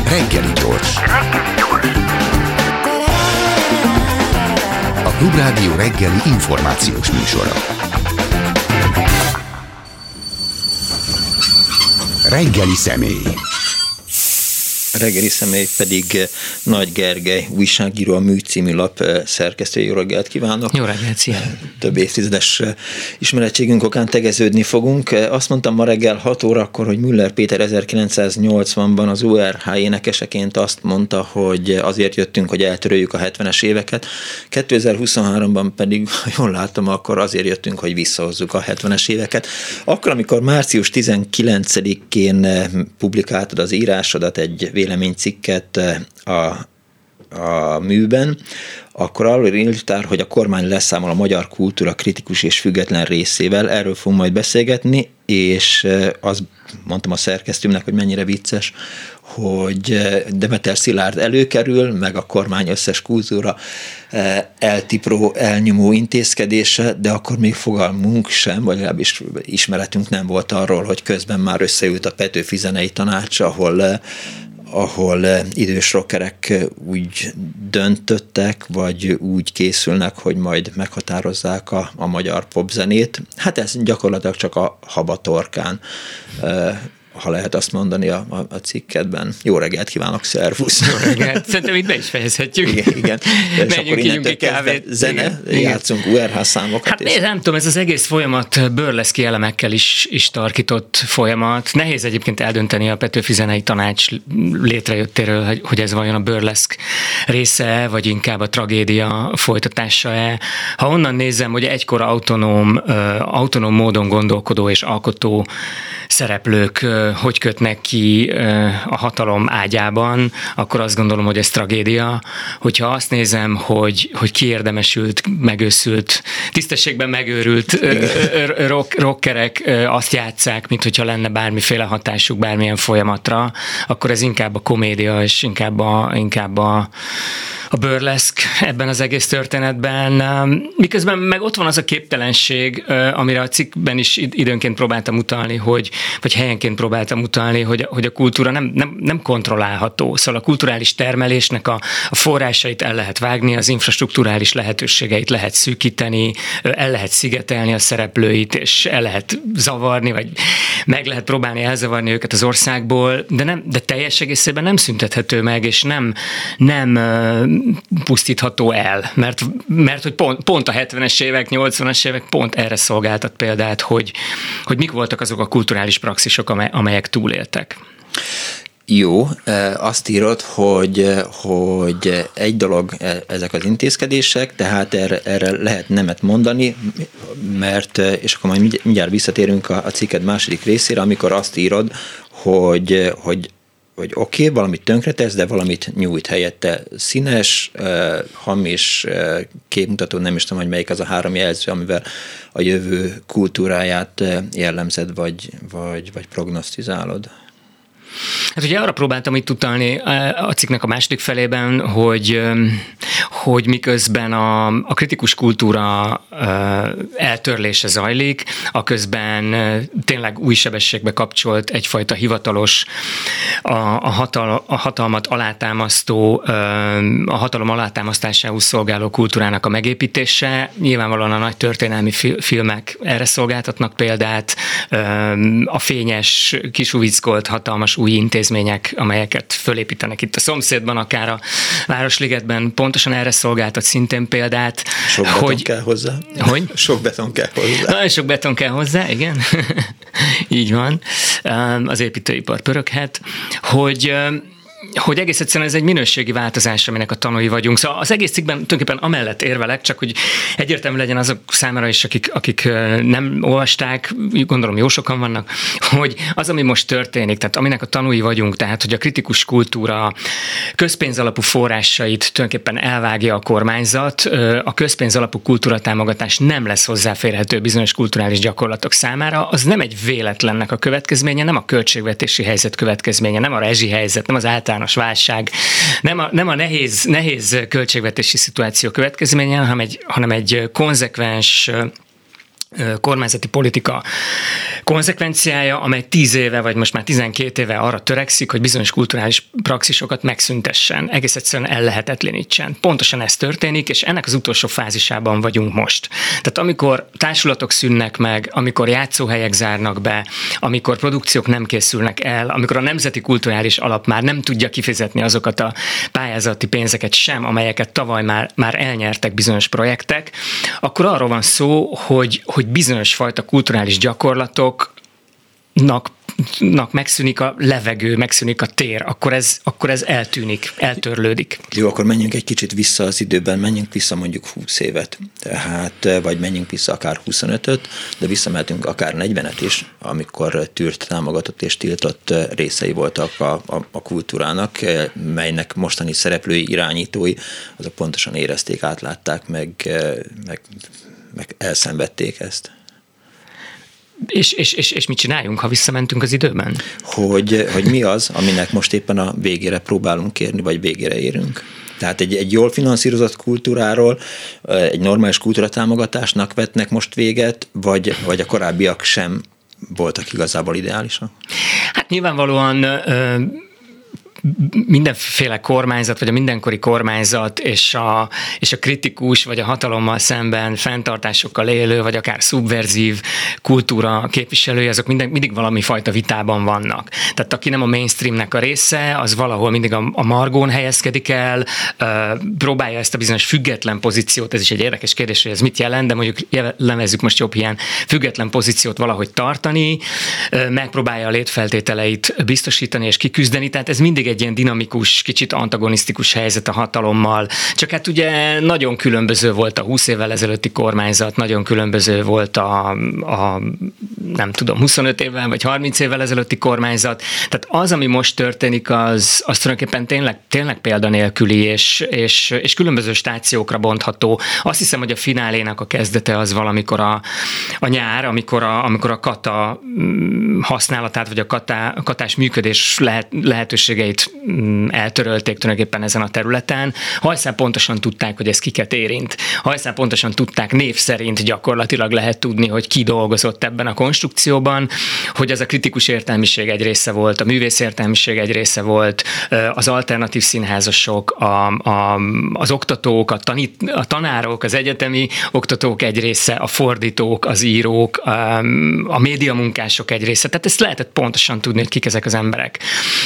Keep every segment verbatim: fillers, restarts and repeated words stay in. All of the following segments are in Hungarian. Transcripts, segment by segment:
Reggeli gyors. A Klubrádió reggeli információs műsora. Reggeli személy. Reggeli személy pedig Nagy Gergely, újságíró, a Mű című lap szerkesztője. Jó reggelt kívánok! Jó reggelt, szia! Több évtizedes ismerettségünk okán tegeződni fogunk. Azt mondtam ma reggel hat órakor, hogy Müller Péter ezerkilencszáznyolcvanban az u er há énekeseként azt mondta, hogy azért jöttünk, hogy eltöröljük a hetvenes éveket. kétezer-huszonháromban pedig, ha jól látom, akkor azért jöttünk, hogy visszahozzuk a hetvenes éveket. Akkor, amikor március tizenkilencedikén publikáltad az írásodat, egy véleménycikket a, a Műben, akkor arról írtál, hogy a kormány leszámol a magyar kultúra kritikus és független részével. Erről fogunk majd beszélgetni, és azt mondtam a szerkesztőmnek, hogy mennyire vicces, hogy Demeter Szilárd előkerül, meg a kormány összes kultúra eltipró, elnyomó intézkedése, de akkor még fogalmunk sem, vagy legalábbis ismeretünk nem volt arról, hogy közben már összeült a Petőfi Zenei Tanács, ahol ahol idős rockerek úgy döntöttek, vagy úgy készülnek, hogy majd meghatározzák a, a magyar popzenét. Hát ez gyakorlatilag csak a habatorkán, ha lehet azt mondani a, a, a cikkedben. Jó reggelt kívánok, szervusz! Jó reggelt! Szerintem itt be is fejezhetjük. Igen, igen. És akkor innentől kezdve zene, igen. Játszunk u er há számokat. Hát és... nem tudom, ez az egész folyamat burleszki elemekkel is, is tarkított folyamat. Nehéz egyébként eldönteni a Petőfi Zenei Tanács létrejöttéről, hogy, hogy ez vajon a burleszk része, vagy inkább a tragédia folytatása-e. Ha onnan nézem, hogy egykor autonóm, autonóm módon gondolkodó és alkotó szereplők hogy kötnek ki a hatalom ágyában, akkor azt gondolom, hogy ez tragédia. Hogyha azt nézem, hogy, hogy kiérdemesült, megőszült, tisztességben megőrült rock, rockerek azt játsszák, mint hogyha lenne bármiféle hatásuk bármilyen folyamatra, akkor ez inkább a komédia, és inkább a, inkább a a burleszk ebben az egész történetben. Miközben meg ott van az a képtelenség, amire a cikkben is időnként próbáltam utalni, hogy, vagy helyenként próbáltam utalni, hogy, hogy a kultúra nem, nem, nem kontrollálható. Szóval a kulturális termelésnek a, a forrásait el lehet vágni, az infrastrukturális lehetőségeit lehet szűkíteni, el lehet szigetelni a szereplőit, és el lehet zavarni, vagy meg lehet próbálni elzavarni őket az országból, de, nem, de teljes egészében nem szüntethető meg, és nem, nem pusztítható el, mert, mert hogy pont, pont a hetvenes évek, nyolcvanas évek pont erre szolgáltat példát, hogy, hogy mik voltak azok a kulturális praxisok, amelyek túléltek. Jó, azt írod, hogy, hogy egy dolog ezek az intézkedések, tehát erre, erre lehet nemet mondani, mert, és akkor majd mindjárt visszatérünk a, a cikked második részére, amikor azt írod, hogy, hogy hogy oké, okay, valamit tönkretesz, de valamit nyújt helyette. Színes, uh, hamis uh, képmutató, nem is tudom, hogy melyik az a három jelző, amivel a jövő kultúráját uh, jellemzed, vagy, vagy, vagy prognosztizálod. Hát ugye arra próbáltam itt utalni a cikknek a második felében, hogy, hogy miközben a, a kritikus kultúra eltörlése zajlik, aközben tényleg új sebességbe kapcsolt egyfajta hivatalos, a, a, hatal, a hatalmat alátámasztó, a hatalom alátámasztásához szolgáló kultúrának a megépítése. Nyilvánvalóan a nagy történelmi filmek erre szolgáltatnak példát, a fényes, kisuvickolt, hatalmas új intézmények, amelyeket fölépítenek itt a szomszédban, akár a Városligetben, pontosan erre szolgáltat szintén példát. Sok beton hogy, kell hozzá. Hogy? Sok beton kell hozzá. Nagyon sok beton kell hozzá, igen. Így van. Az építőipar pöröghet, hogy hogy egész egyszerűen ez egy minőségi változás, aminek a tanúi vagyunk. Szóval az egész cikkben tulajdonképpen amellett érvelek, csak hogy egyértelmű legyen azok számára is, akik, akik nem olvasták, gondolom jó sokan vannak, hogy az, ami most történik, tehát aminek a tanúi vagyunk, tehát hogy a kritikus kultúra közpénz alapú forrásait tulajdonképpen elvágja a kormányzat, a közpénz alapú kultúratámogatás nem lesz hozzáférhető bizonyos kulturális gyakorlatok számára, az nem egy véletlennek a következménye, nem a költségvetési helyzet következménye, nem a rezsi helyzet, nem az általános válság, nem a, nem a nehéz, nehéz költségvetési szituáció következménye, hanem egy, hanem egy konzekvens kormányzati politika konzekvenciája, amely tíz éve, vagy most már tizenkét éve arra törekszik, hogy bizonyos kulturális praxisokat megszüntessen, egész egyszerűen ellehetetlenítsen. Pontosan ez történik, és ennek az utolsó fázisában vagyunk most. Tehát amikor társulatok szűnnek meg, amikor játszóhelyek zárnak be, amikor produkciók nem készülnek el, amikor a Nemzeti Kulturális Alap már nem tudja kifizetni azokat a pályázati pénzeket sem, amelyeket tavaly már, már elnyertek bizonyos projektek, akkor arról van szó, hogy, hogy bizonyos fajta kulturális gyakorlatoknak megszűnik a levegő, megszűnik a tér, akkor ez, akkor ez eltűnik, eltörlődik. Jó, akkor menjünk egy kicsit vissza az időben, menjünk vissza mondjuk húsz évet, tehát, vagy menjünk vissza akár huszonötöt, de visszamehetünk akár negyvenet is, amikor tűrt, támogatott és tiltott részei voltak a, a, a kultúrának, melynek mostani szereplői, irányítói, azok pontosan érezték, átlátták, meg, meg, meg elszenvedték ezt. És, és, és, és mit csináljunk, ha visszamentünk az időben? Hogy, hogy mi az, aminek most éppen a végére próbálunk érni, vagy végére érünk. Tehát egy, egy jól finanszírozott kultúráról, egy normális kultúratámogatásnak vetnek most véget, vagy, vagy a korábbiak sem voltak igazából ideálisak? Hát nyilvánvalóan ö, mindenféle kormányzat, vagy a mindenkori kormányzat és a, és a kritikus, vagy a hatalommal szemben fenntartásokkal élő, vagy akár szubverzív kultúra képviselői, azok minden, mindig valami fajta vitában vannak. Tehát aki nem a mainstreamnek a része, az valahol mindig a, a margón helyezkedik el, próbálja ezt a bizonyos független pozíciót, ez is egy érdekes kérdés, hogy ez mit jelent, de mondjuk lemezzük most jobb ilyen független pozíciót valahogy tartani, megpróbálja a létfeltételeit biztosítani és kiküzdeni, tehát ez mindig egy ilyen dinamikus, kicsit antagonisztikus helyzet a hatalommal. Csak hát ugye nagyon különböző volt a húsz évvel ezelőtti kormányzat, nagyon különböző volt a, a nem tudom, huszonöt évvel vagy harminc évvel ezelőtti kormányzat. Tehát az, ami most történik, az, az tulajdonképpen tényleg, tényleg példanélküli, és, és, és különböző stációkra bontható. Azt hiszem, hogy a finálénak a kezdete az valamikor a, a nyár, amikor a, amikor a kata használatát, vagy a, katá, a katás működés lehet, lehetőségeit eltörölték tulajdonképpen ezen a területen. Hajszán pontosan tudták, hogy ez kiket érint. Hajszán pontosan tudták, név szerint gyakorlatilag lehet tudni, hogy ki dolgozott ebben a konstrukcióban, hogy ez a kritikus értelmiség egy része volt, a művész értelmiség egy része volt, az alternatív színházasok, a, a, az oktatók, a, tanít, a tanárok, az egyetemi oktatók egy része, a fordítók, az írók, a, a médiamunkások egy része. Tehát ezt lehetett pontosan tudni, hogy kik ezek az emberek.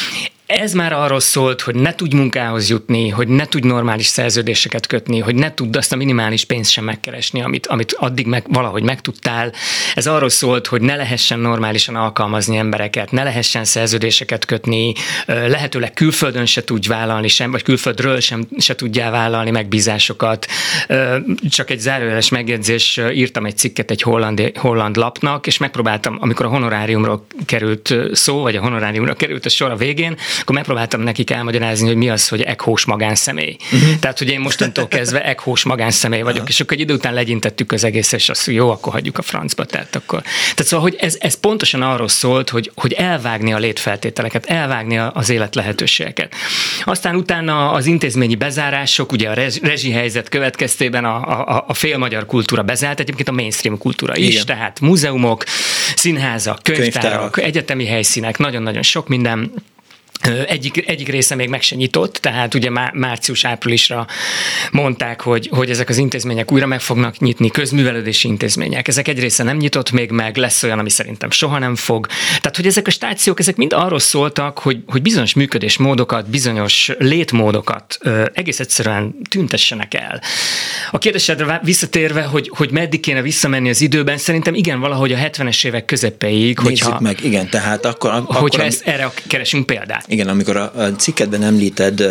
Ez már arról szólt, hogy ne tudj munkához jutni, hogy ne tudj normális szerződéseket kötni, hogy ne tudd azt a minimális pénzt sem megkeresni, amit, amit addig meg, valahogy megtudtál. Ez arról szólt, hogy ne lehessen normálisan alkalmazni embereket, ne lehessen szerződéseket kötni, lehetőleg külföldön se tudj vállalni sem, vagy külföldről sem se tudjál vállalni megbízásokat. Csak egy zárójeles megjegyzés, írtam egy cikket egy holland, holland lapnak, és megpróbáltam, amikor a honoráriumról került szó, vagy a honoráriumra került a sor a végén, akkor megpróbáltam nekik elmagyarázni, hogy mi az, hogy ekhós magánszemély. Uh-huh. Tehát, hogy én mostantól kezdve ekhós magánszemély vagyok, uh-huh. és akkor egy idő után legyintettük az egész, és azt, hogy jó, akkor hagyjuk a francba. Tehát, akkor... Tehát szóval, hogy ez, ez pontosan arról szólt, hogy, hogy elvágni a létfeltételeket, elvágni az élet lehetőségeket. Aztán utána az intézményi bezárások, ugye a rezsihelyzet következtében a, a, a fél magyar kultúra bezárt, egyébként a mainstream kultúra is, igen. Tehát múzeumok, színházak, könyvtárak, könyvtárak, egyetemi helyszínek, nagyon-nagyon sok minden. Egyik, egyik része még meg se nyitott, tehát ugye március-áprilisra mondták, hogy, hogy ezek az intézmények újra meg fognak nyitni, közművelődési intézmények. Ezek egy része nem nyitott még meg, lesz olyan, ami szerintem soha nem fog. Tehát, hogy ezek a stációk, ezek mind arról szóltak, hogy, hogy bizonyos működésmódokat, bizonyos létmódokat ö, egész egyszerűen tüntessenek el. A kérdésedre visszatérve, hogy, hogy meddig kéne visszamenni az időben, szerintem igen, valahogy a hetvenes évek közepéig, hogyha, meg, igen, tehát akkor, akkor hogyha ezt, erre keresünk példát. Igen, amikor a, a cikkedben említed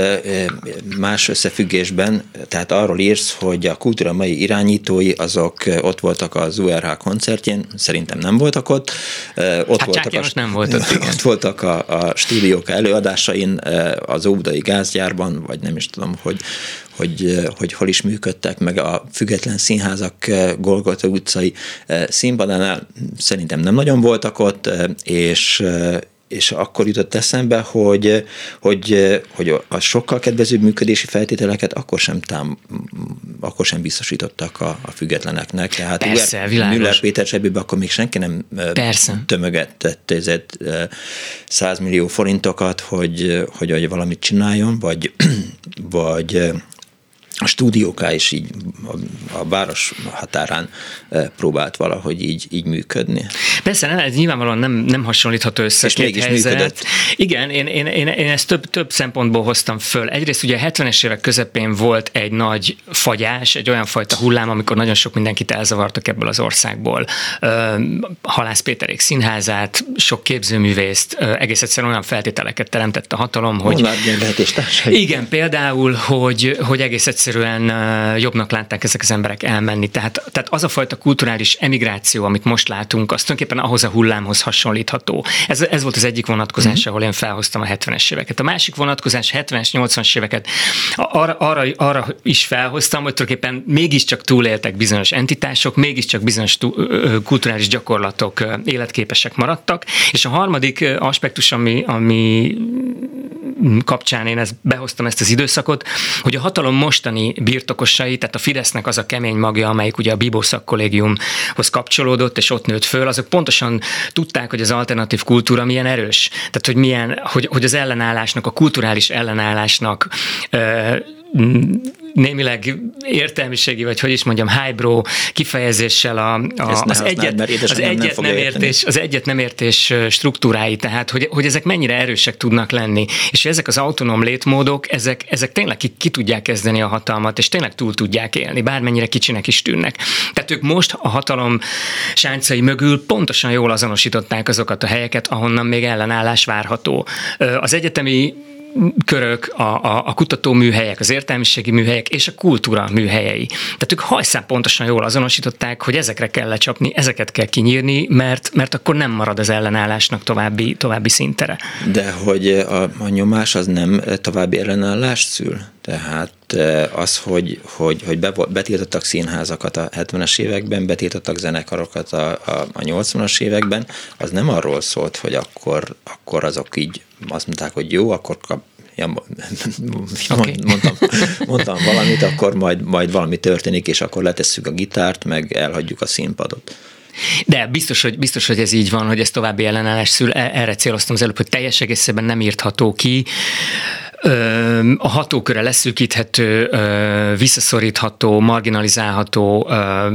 más összefüggésben, tehát arról írsz, hogy a kultúra mai irányítói azok ott voltak az u er há koncertjén, szerintem nem voltak ott. Ott hát voltak a, nem volt ott, igen. Ott voltak a, a stúdiók előadásain, az óbudai gázgyárban, vagy nem is tudom, hogy, hogy, hogy hol is működtek, meg a független színházak Golgota utcai színpadánál szerintem nem nagyon voltak ott, és és akkor jutott eszembe, hogy, hogy, hogy a sokkal kedvezőbb működési feltételeket akkor sem, tám, akkor sem biztosítottak a, a függetleneknek. Tehát Persze, világos. Müller Péter zsebébe akkor még senki nem Persze. tömögetett száz millió forintokat, hogy, hogy, hogy valamit csináljon, vagy, vagy a stúdióká is így a, a város határán próbált valahogy így, így működni. Persze, nem, ez nyilvánvalóan nem, nem hasonlítható össze és két mégis helyzet. Működött. Igen, én, én, én, én ezt több, több szempontból hoztam föl. Egyrészt ugye a hetvenes évek közepén volt egy nagy fagyás, egy olyan fajta hullám, amikor nagyon sok mindenkit elzavartak ebből az országból. Halász Péterék színházát, sok képzőművészt, egész egyszerűen olyan feltételeket teremtett a hatalom, hogy... Igen, például, hogy, hogy egész egyszerűen jobbnak látták ezek az emberek elmenni. Tehát, tehát az a fajta kulturális emigráció, amit most látunk, az tulajdonképpen ahhoz a hullámhoz hasonlítható. Ez, ez volt az egyik vonatkozás, mm-hmm. ahol én felhoztam a hetvenes éveket. A másik vonatkozás, hetvenes, nyolcvanas éveket, arra, arra, arra is felhoztam, hogy tulajdonképpen mégiscsak túléltek bizonyos entitások, mégiscsak bizonyos túl, kulturális gyakorlatok életképesek maradtak, és a harmadik aspektus, ami, ami kapcsán én ezt, behoztam ezt az időszakot, hogy a hatalom mostani birtokosai, tehát a Fidesznek az a kemény magja, amelyik ugye a Bibó szakkollégiumhoz kapcsolódott, és ott nőtt föl, azok pontosan tudták, hogy az alternatív kultúra milyen erős. Tehát, hogy milyen, hogy, hogy az ellenállásnak, a kulturális ellenállásnak ö, némileg értelmiségi, vagy hogy is mondjam, highbrow kifejezéssel a, a, az, egyet, az, egyet nem értés, az egyet nem értés struktúrái, tehát hogy, hogy ezek mennyire erősek tudnak lenni, és ezek az autonóm létmódok, ezek, ezek tényleg ki, ki tudják kezdeni a hatalmat, és tényleg túl tudják élni, bármennyire kicsinek is tűnnek. Tehát ők most a hatalom sáncai mögül pontosan jól azonosították azokat a helyeket, ahonnan még ellenállás várható. Az egyetemi körök, a, a, a kutatóműhelyek, az értelmiségi műhelyek és a kultúra műhelyei. Tehát ők hajszán pontosan jól azonosították, hogy ezekre kell lecsapni, ezeket kell kinyírni, mert, mert akkor nem marad az ellenállásnak további, további szintere. De hogy a, a nyomás az nem további ellenállást szül? Tehát az, hogy, hogy, hogy betiltottak színházakat a hetvenes években, betiltottak zenekarokat a, a, a nyolcvanas években, az nem arról szólt, hogy akkor, akkor azok így azt mondták, hogy jó, akkor kap, ja, okay. mondtam, mondtam valamit, akkor majd, majd valami történik, és akkor letesszük a gitárt, meg elhagyjuk a színpadot. De biztos hogy, biztos, hogy ez így van, hogy ez további ellenállás szül. Erre céloztam az előbb, hogy teljes egészében nem írtható ki. A hatóköre leszűkíthető, visszaszorítható, marginalizálható,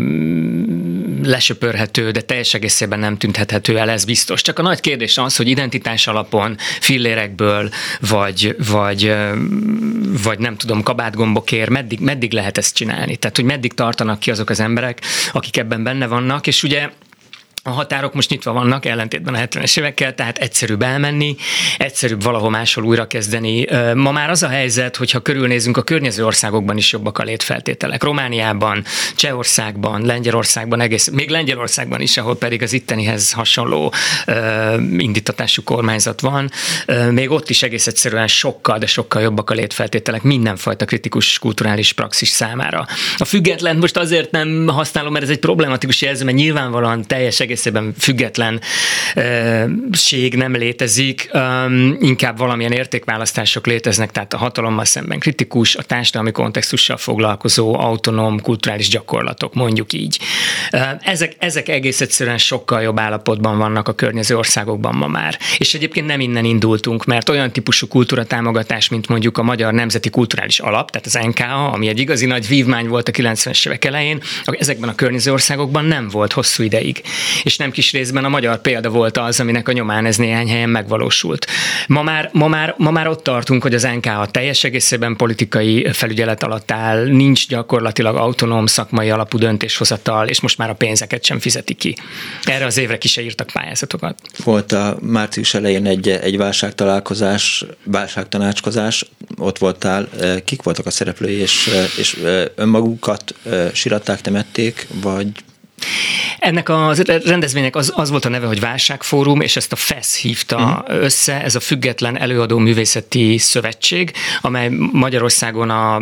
lesöpörhető, de teljes egészében nem tüntethető el, ez biztos. Csak a nagy kérdés az, hogy identitás alapon, fillérekből, vagy, vagy, vagy nem tudom, kabátgombokért, meddig, meddig lehet ezt csinálni? Tehát, hogy meddig tartanak ki azok az emberek, akik ebben benne vannak, és ugye a határok most nyitva vannak, ellentétben a hetvenes évekkel, tehát egyszerűbb elmenni, egyszerűbb valahol máshol újrakezdeni. Ma már az a helyzet, hogyha körülnézünk, a környező országokban is jobbak a létfeltételek. Romániában, Csehországban, Lengyelországban, egész, még Lengyelországban is, ahol pedig az ittenihez hasonló uh, indítatású kormányzat van, uh, még ott is egész egyszerűen sokkal, de sokkal jobbak a létfeltételek mindenfajta kritikus kulturális praxis számára. A független most azért nem használom, mert ez egy problematikus jelző, mert nyilvánvalóan teljes egészében függetlenség nem létezik, inkább valamilyen értékválasztások léteznek, tehát a hatalommal szemben kritikus, a társadalmi kontextussal foglalkozó autonóm kulturális gyakorlatok, mondjuk így. Ezek, ezek egész egyszerűen sokkal jobb állapotban vannak a környező országokban ma már. És egyébként nem innen indultunk, mert olyan típusú kultúratámogatás, mint mondjuk a Magyar Nemzeti Kulturális Alap, tehát az en ká á, ami egy igazi nagy vívmány volt a kilencvenes évek elején, ezekben a környező országokban nem volt hosszú ideig. És nem kis részben a magyar példa volt az, aminek a nyomán ez néhány helyen megvalósult. Ma már, ma már, ma már ott tartunk, hogy az en ká á teljes egészében politikai felügyelet alatt áll, nincs gyakorlatilag autonóm szakmai alapú döntéshozatal, és most már a pénzeket sem fizeti ki. Erre az évre ki se írtak pályázatokat. Volt a március elején egy, egy válságtalálkozás, válságtanácskozás, ott voltál, kik voltak a szereplői, és, és önmagukat siratták, temették, vagy... Ennek a rendezvénynek az, az volt a neve, hogy Válságfórum, és ezt a FESZ hívta uh-huh. össze, ez a Független Előadó Művészeti Szövetség, amely Magyarországon a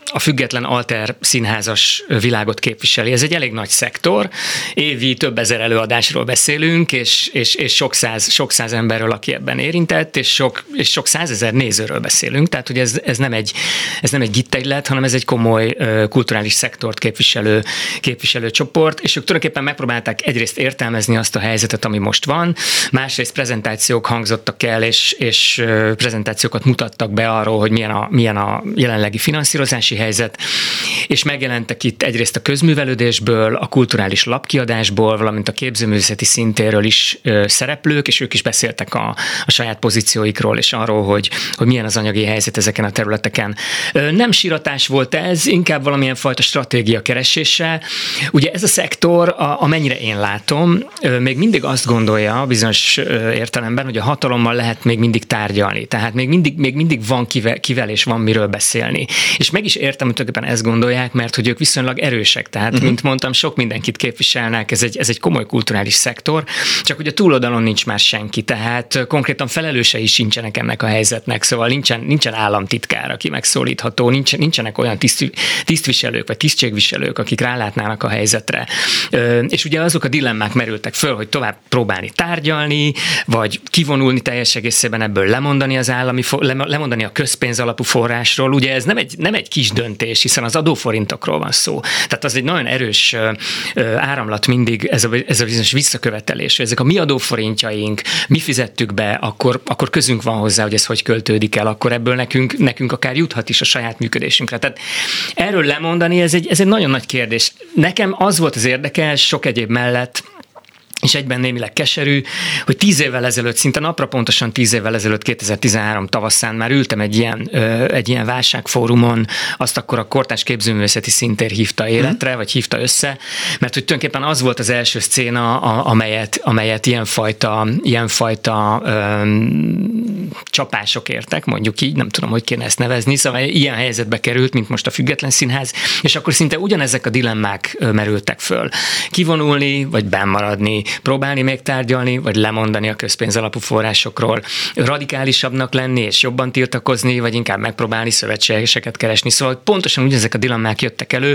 a független alter színházas világot képviseli. Ez egy elég nagy szektor, évi több ezer előadásról beszélünk, és, és, és sok, száz, sok száz emberről, aki ebben érintett, és sok, és sok százezer nézőről beszélünk, tehát hogy ez, ez nem egy, ez nem egy gittegylet, hanem ez egy komoly kulturális szektort képviselő, képviselő csoport, és ők tulajdonképpen megpróbálták egyrészt értelmezni azt a helyzetet, ami most van, másrészt prezentációk hangzottak el, és, és prezentációkat mutattak be arról, hogy milyen a, milyen a jelenlegi finanszírozási helyzet, és megjelentek itt egyrészt a közművelődésből, a kulturális lapkiadásból, valamint a képzőművészeti szintéről is ö, szereplők, és ők is beszéltek a, a saját pozícióikról, és arról, hogy, hogy milyen az anyagi helyzet ezeken a területeken. Ö, nem síratás volt ez, inkább valamilyen fajta stratégia keresése. Ugye ez a szektor, a, amennyire én látom, ö, még mindig azt gondolja bizonyos ö, értelemben, hogy a hatalommal lehet még mindig tárgyalni. Tehát még mindig, még mindig van kivel, kivel és van miről beszélni. És meg is értem, hogy tulajdonképpen ezt gondolják, mert hogy ők viszonylag erősek. Tehát, uh-huh. mint mondtam, sok mindenkit képviselnek, ez egy, ez egy komoly kulturális szektor, csak hogy a túloldalon nincs már senki, tehát konkrétan felelősei sincsenek ennek a helyzetnek, szóval nincsen, nincsen államtitkár, aki megszólítható, nincs, nincsenek olyan tiszt, tisztviselők vagy tisztségviselők, akik rálátnának a helyzetre. És ugye azok a dilemmák merültek föl, hogy tovább próbálni tárgyalni, vagy kivonulni teljes egészében ebből, lemondani az állami, lemondani a közpénz alapú forrásról. Ugye ez nem egy, nem egy kis döntés, hiszen az adóforintokról van szó. Tehát az egy nagyon erős áramlat mindig, ez a, ez a bizonyos visszakövetelés. Ezek a mi adóforintjaink, mi fizettük be, akkor, akkor közünk van hozzá, hogy ez hogy költődik el, akkor ebből nekünk, nekünk akár juthat is a saját működésünkre. Tehát erről lemondani, ez egy, ez egy nagyon nagy kérdés. Nekem az volt az érdekes, sok egyéb mellett, és egyben némileg keserű, hogy tíz évvel ezelőtt, szinte napra pontosan tíz évvel ezelőtt, kétezer-tizenhárom tavaszán már ültem egy ilyen, ö, egy ilyen válságfórumon, azt akkor a Kortárs Képzőművészeti Szintér hívta életre, hmm. vagy hívta össze, mert hogy tulajdonképpen az volt az első szcéna, a, amelyet, amelyet ilyenfajta, ilyenfajta ö, csapások értek, mondjuk így, nem tudom, hogy kéne ezt nevezni, szóval ilyen helyzetbe került, mint most a Független Színház, és akkor szinte ugyanezek a dilemmák merültek föl. Kivonulni, vagy bennmaradni, próbálni még tárgyalni, vagy lemondani a közpénz alapú forrásokról, radikálisabbnak lenni és jobban tiltakozni, vagy inkább megpróbálni szövetségeseket keresni. Szóval pontosan ugyanezek a dilemmák jöttek elő.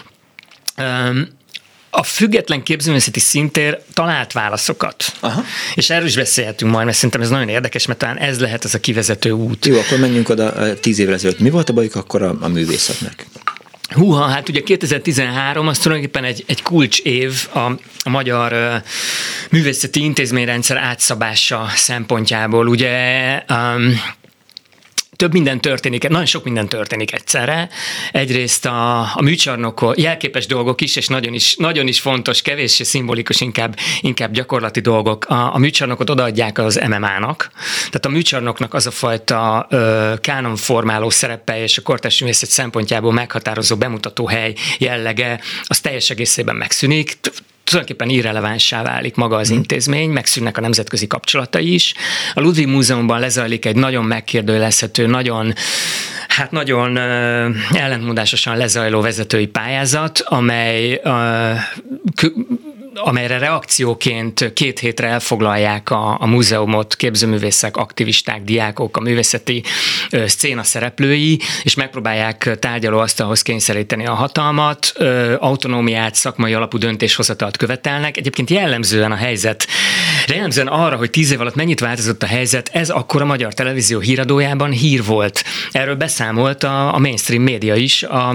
A Független Képzőművészeti Szintér talált válaszokat. Aha. És erről is beszélhetünk majd, mert szerintem ez nagyon érdekes, mert talán ez lehet az a kivezető út. Jó, akkor menjünk oda tíz évvel ezelőtt. Mi volt a bajuk akkor a, a művészetnek? Húha, hát ugye kétezer-tizenhárom az tulajdonképpen egy, egy kulcs év a, a magyar uh, művészeti intézményrendszer átszabása szempontjából. Ugye um, több minden történik, nagyon sok minden történik egyszerre. Egyrészt a, a műcsarnokon jelképes dolgok is, és nagyon is, nagyon is fontos, kevéssé szimbolikus, inkább, inkább gyakorlati dolgok. A, a műcsarnokot odaadják az em em á-nak. Tehát a műcsarnoknak az a fajta ö, kánonformáló szerepe és a kortárs művészet szempontjából meghatározó bemutatóhely jellege, az teljes egészében megszűnik. Tulajdonképpen irrelevánssá válik maga az intézmény, megszűnnek a nemzetközi kapcsolatai is. A Ludwig Múzeumban lezajlik egy nagyon megkérdőjelezhető, nagyon, hát nagyon uh, ellentmondásosan lezajló vezetői pályázat, amely uh, k- amelyre reakcióként két hétre elfoglalják a, a múzeumot képzőművészek, aktivisták, diákok, a művészeti ö, szcéna szereplői, és megpróbálják tárgyalóasztalhoz kényszeríteni a hatalmat, ö, autonómiát, szakmai alapú döntéshozatalt követelnek. Egyébként jellemzően a helyzet, jellemzően arra, hogy tíz év alatt mennyit változott a helyzet, ez akkor a Magyar Televízió híradójában hír volt. Erről beszámolt a, a mainstream média is, a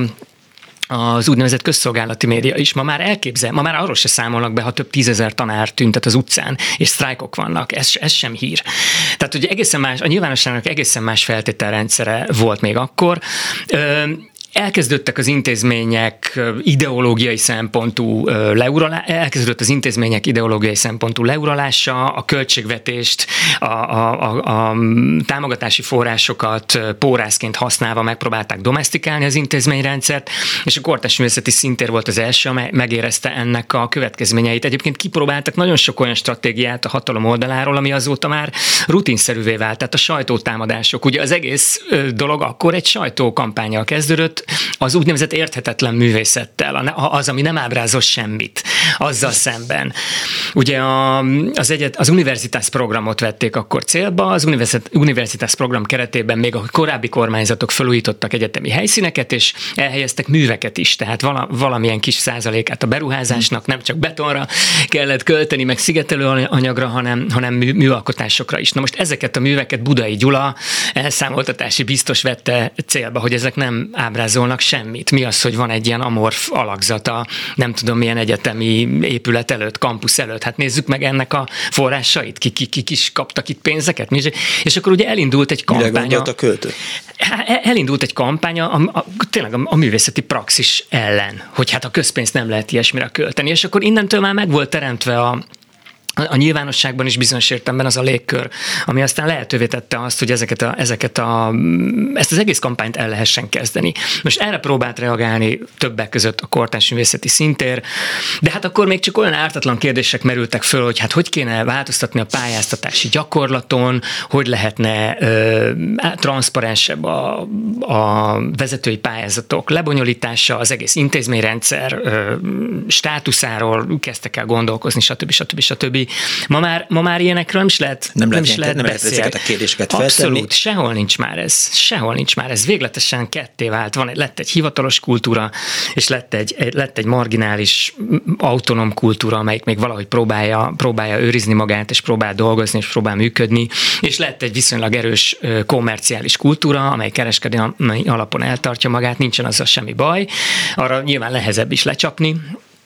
az úgynevezett közszolgálati média is. Ma már elképzel, ma már arról se számolnak be, ha több tízezer tanár tüntet az utcán, és sztrájkok vannak. Ez, ez sem hír. Tehát ugye egészen más, a nyilvánosságnak egészen más feltételrendszere volt még akkor. Ö, Elkezdődtek az intézmények ideológiai szempontú leuralása, elkezdődött az intézmények ideológiai szempontú leuralása, a költségvetést, a, a, a, a támogatási forrásokat pórászként használva megpróbálták domesztikálni az intézményrendszert, és a Kortárs Művészeti Szintér volt az első, amely megérezte ennek a következményeit. Egyébként kipróbáltak nagyon sok olyan stratégiát a hatalom oldaláról, ami azóta már rutinszerűvé vált, tehát a sajtótámadások. Ugye az egész dolog akkor egy sajtókampánnyal kezdődött, az úgynevezett érthetetlen művészettel, az, ami nem ábrázol semmit, azzal szemben. Ugye a, az, egyet, az Universitas programot vették akkor célba, az Universitas program keretében még a korábbi kormányzatok felújítottak egyetemi helyszíneket, és elhelyeztek műveket is, tehát vala, valamilyen kis százalékát a beruházásnak nem csak betonra kellett költeni, meg szigetelő anyagra, hanem, hanem mű, műalkotásokra is. Na most ezeket a műveket Budai Gyula elszámoltatási biztos vette célba, hogy ezek nem ábrázolnak semmit. Mi az, hogy van egy ilyen amorf alakzata, nem tudom milyen egyetemi épület előtt, kampusz előtt. Hát nézzük meg ennek a forrásait, kik ki, ki, ki is kaptak itt pénzeket. És akkor ugye elindult egy kampánya. Mire gondolt a költő? Elindult egy kampánya a, a, tényleg a, a művészeti praxis ellen, hogy hát a közpénzt nem lehet ilyesmire költeni. És akkor innentől már meg volt teremtve a a nyilvánosságban is bizonyos értelemben az a légkör, ami aztán lehetővé tette azt, hogy ezeket a, ezeket a, ezt az egész kampányt el lehessen kezdeni. Most erre próbált reagálni többek között a kortárs művészeti szintér, de hát akkor még csak olyan ártatlan kérdések merültek föl, hogy hát hogy kéne változtatni a pályáztatási gyakorlaton, hogy lehetne ö, transzparensebb a, a vezetői pályázatok lebonyolítása, az egész intézményrendszer ö, státuszáról kezdtek el gondolkozni, stb. stb. stb. Ma már, ma már ilyenekről nem is lehet, nem, nem lehet, is lehet nem beszélni. Lehet ezeket a kérdéseket feltenni. Abszolút, sehol nincs már ez. Sehol nincs már ez. Végletesen ketté vált. Van, lett egy hivatalos kultúra, és lett egy, egy, lett egy marginális, autonóm kultúra, amelyik még valahogy próbálja, próbálja őrizni magát, és próbál dolgozni, és próbál működni, és lett egy viszonylag erős kommerciális kultúra, amely kereskedelmi alapon eltartja magát, nincsen azzal semmi baj. Arra nyilván nehezebb is lecsapni.